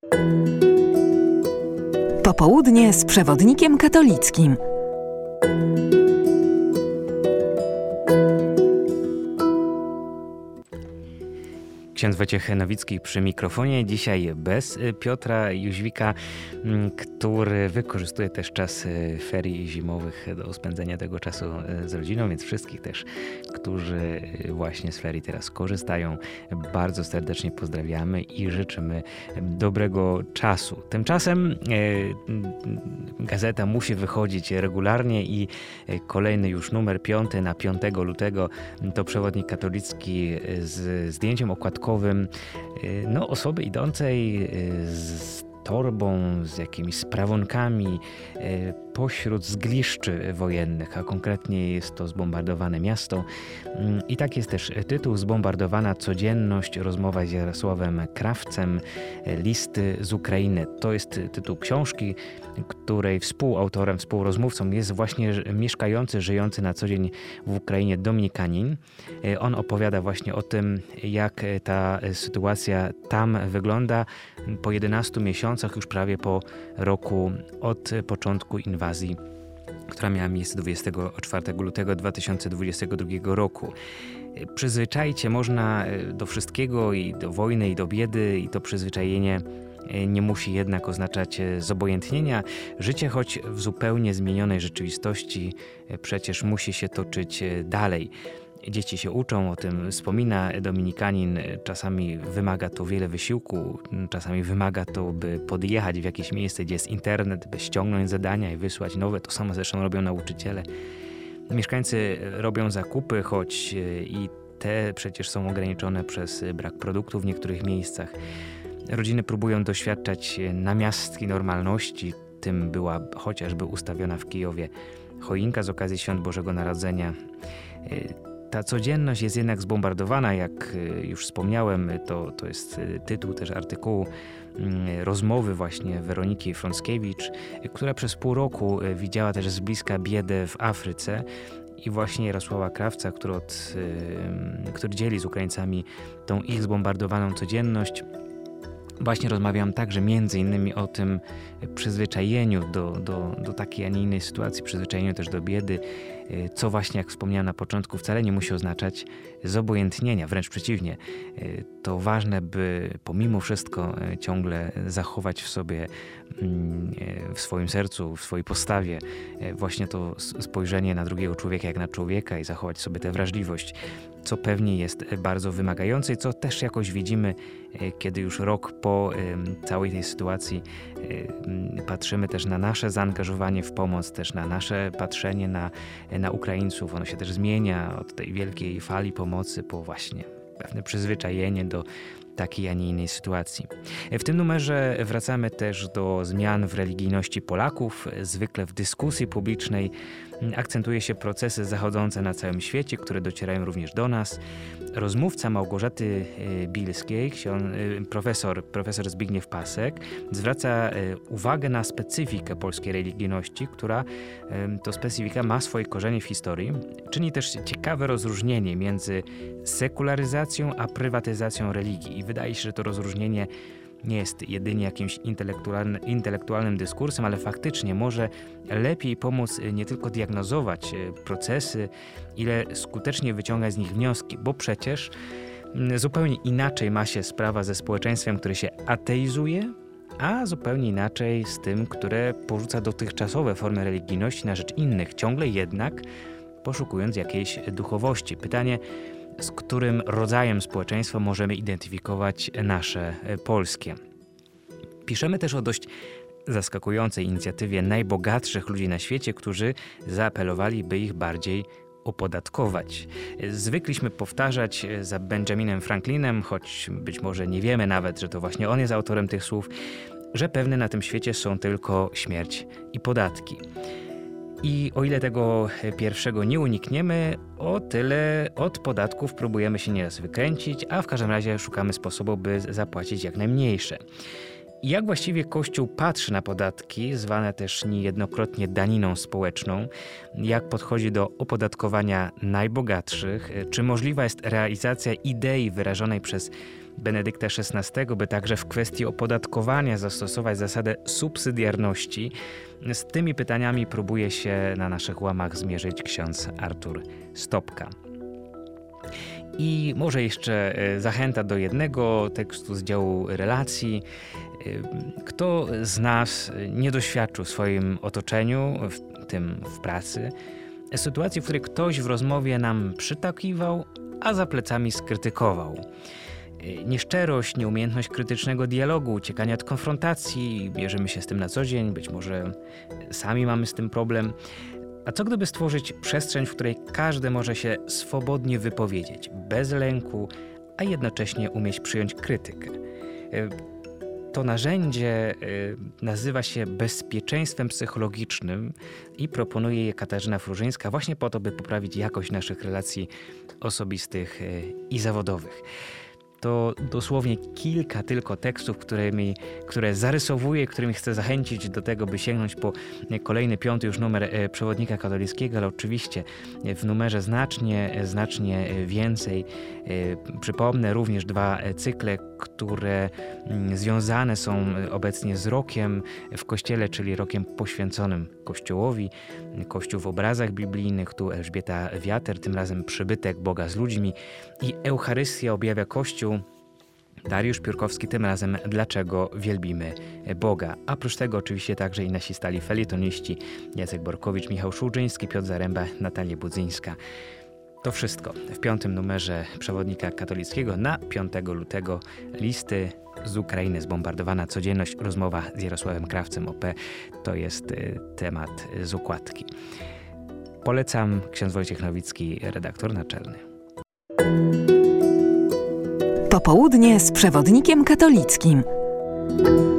Popołudnie z przewodnikiem katolickim. Ksiądz Wojciech Nowicki przy mikrofonie. Dzisiaj bez Piotra Jóźwika, który wykorzystuje też czas ferii zimowych do spędzenia tego czasu z rodziną, więc wszystkich też, którzy właśnie z ferii teraz korzystają, bardzo serdecznie pozdrawiamy i życzymy dobrego czasu. Tymczasem gazeta musi wychodzić regularnie i kolejny już numer 5 na 5 lutego to przewodnik katolicki z zdjęciem okładkowym osoby idącej z torbą, z jakimiś sprawonkami pośród zgliszczy wojennych, a konkretnie jest to zbombardowane miasto. I tak jest też tytuł: Zbombardowana codzienność, rozmowa z Jarosławem Krawcem, listy z Ukrainy. To jest tytuł książki, której współautorem, współrozmówcą jest właśnie mieszkający, żyjący na co dzień w Ukrainie Dominikanin. On opowiada właśnie o tym, jak ta sytuacja tam wygląda po 11 miesiącach, już prawie po roku od początku inwazji, która miała miejsce 24 lutego 2022 roku. Przyzwyczaić można do wszystkiego, i do wojny, i do biedy, i to przyzwyczajenie nie musi jednak oznaczać zobojętnienia. Życie, choć w zupełnie zmienionej rzeczywistości, przecież musi się toczyć dalej. Dzieci się uczą, o tym wspomina Dominikanin. Czasami wymaga to wiele wysiłku, czasami wymaga to, by podjechać w jakieś miejsce, gdzie jest internet, by ściągnąć zadania i wysłać nowe. To samo zresztą robią nauczyciele. Mieszkańcy robią zakupy, choć i te przecież są ograniczone przez brak produktów w niektórych miejscach. Rodziny próbują doświadczać namiastki normalności. Tym była chociażby ustawiona w Kijowie choinka z okazji Świąt Bożego Narodzenia. Ta codzienność jest jednak zbombardowana, jak już wspomniałem, to jest tytuł też artykułu, rozmowy właśnie Weroniki Frąckiewicz, która przez pół roku widziała też z bliska biedę w Afryce, i właśnie Jarosława Krawca, który dzieli z Ukraińcami tą ich zbombardowaną codzienność. Właśnie rozmawiam także między innymi o tym przyzwyczajeniu do takiej, a nie innej sytuacji, przyzwyczajeniu też do biedy, co właśnie, jak wspomniałem na początku, wcale nie musi oznaczać zobojętnienia, wręcz przeciwnie. To ważne, by pomimo wszystko ciągle zachować w sobie, w swoim sercu, w swojej postawie właśnie to spojrzenie na drugiego człowieka jak na człowieka i zachować sobie tę wrażliwość, co pewnie jest bardzo wymagające i co też jakoś widzimy, kiedy już rok po całej tej sytuacji patrzymy też na nasze zaangażowanie w pomoc, też na nasze patrzenie na Ukraińców. Ono się też zmienia od tej wielkiej fali pomocy po właśnie pewne przyzwyczajenie do takiej, a nie innej sytuacji. W tym numerze wracamy też do zmian w religijności Polaków. Zwykle w dyskusji publicznej akcentuje się procesy zachodzące na całym świecie, które docierają również do nas. Rozmówca Małgorzaty Bilskiej, profesor Zbigniew Pasek, zwraca uwagę na specyfikę polskiej religijności, która to specyfika ma swoje korzenie w historii. Czyni też ciekawe rozróżnienie między sekularyzacją a prywatyzacją religii. I wydaje się, że to rozróżnienie nie jest jedynie jakimś intelektualnym dyskursem, ale faktycznie może lepiej pomóc nie tylko diagnozować procesy, ile skutecznie wyciągać z nich wnioski, bo przecież zupełnie inaczej ma się sprawa ze społeczeństwem, które się ateizuje, a zupełnie inaczej z tym, które porzuca dotychczasowe formy religijności na rzecz innych, ciągle jednak poszukując jakiejś duchowości. Pytanie, z którym rodzajem społeczeństwa możemy identyfikować nasze polskie. Piszemy też o dość zaskakującej inicjatywie najbogatszych ludzi na świecie, którzy zaapelowali, by ich bardziej opodatkować. Zwykliśmy powtarzać za Benjaminem Franklinem, choć być może nie wiemy nawet, że to właśnie on jest autorem tych słów, że pewne na tym świecie są tylko śmierć i podatki. I o ile tego pierwszego nie unikniemy, o tyle od podatków próbujemy się nieraz wykręcić, a w każdym razie szukamy sposobu, by zapłacić jak najmniejsze. I jak właściwie Kościół patrzy na podatki, zwane też niejednokrotnie daniną społeczną, jak podchodzi do opodatkowania najbogatszych, czy możliwa jest realizacja idei wyrażonej przez Benedykta XVI, by także w kwestii opodatkowania zastosować zasadę subsydiarności. Z tymi pytaniami próbuje się na naszych łamach zmierzyć ksiądz Artur Stopka. I może jeszcze zachęta do jednego tekstu z działu relacji. Kto z nas nie doświadczył w swoim otoczeniu, w tym w pracy, sytuacji, w której ktoś w rozmowie nam przytakiwał, a za plecami skrytykował. Nieszczerość, nieumiejętność krytycznego dialogu, uciekania od konfrontacji, bierzemy się z tym na co dzień, być może sami mamy z tym problem. A co gdyby stworzyć przestrzeń, w której każdy może się swobodnie wypowiedzieć, bez lęku, a jednocześnie umieć przyjąć krytykę? To narzędzie nazywa się bezpieczeństwem psychologicznym i proponuje je Katarzyna Frużyńska właśnie po to, by poprawić jakość naszych relacji osobistych i zawodowych. To dosłownie kilka tylko tekstów, które zarysowuję, którymi chcę zachęcić do tego, by sięgnąć po kolejny, 5. już numer Przewodnika Katolickiego, ale oczywiście w numerze znacznie więcej. Przypomnę również 2 cykle, które związane są obecnie z rokiem w Kościele, czyli rokiem poświęconym Kościołowi. Kościół w obrazach biblijnych, tu Elżbieta Wiater, tym razem przybytek Boga z ludźmi, i Eucharystia objawia Kościół. Dariusz Piórkowski, tym razem Dlaczego wielbimy Boga. A oprócz tego oczywiście także i nasi stali felietoniści Jacek Borkowicz, Michał Szulżyński, Piotr Zaręba, Natalia Budzyńska. To wszystko w 5. numerze Przewodnika Katolickiego na 5 lutego. Listy z Ukrainy, zbombardowana codzienność, rozmowa z Jarosławem Krawcem OP. To jest temat z układki. Polecam, ksiądz Wojciech Nowicki, redaktor naczelny. Popołudnie z Przewodnikiem Katolickim.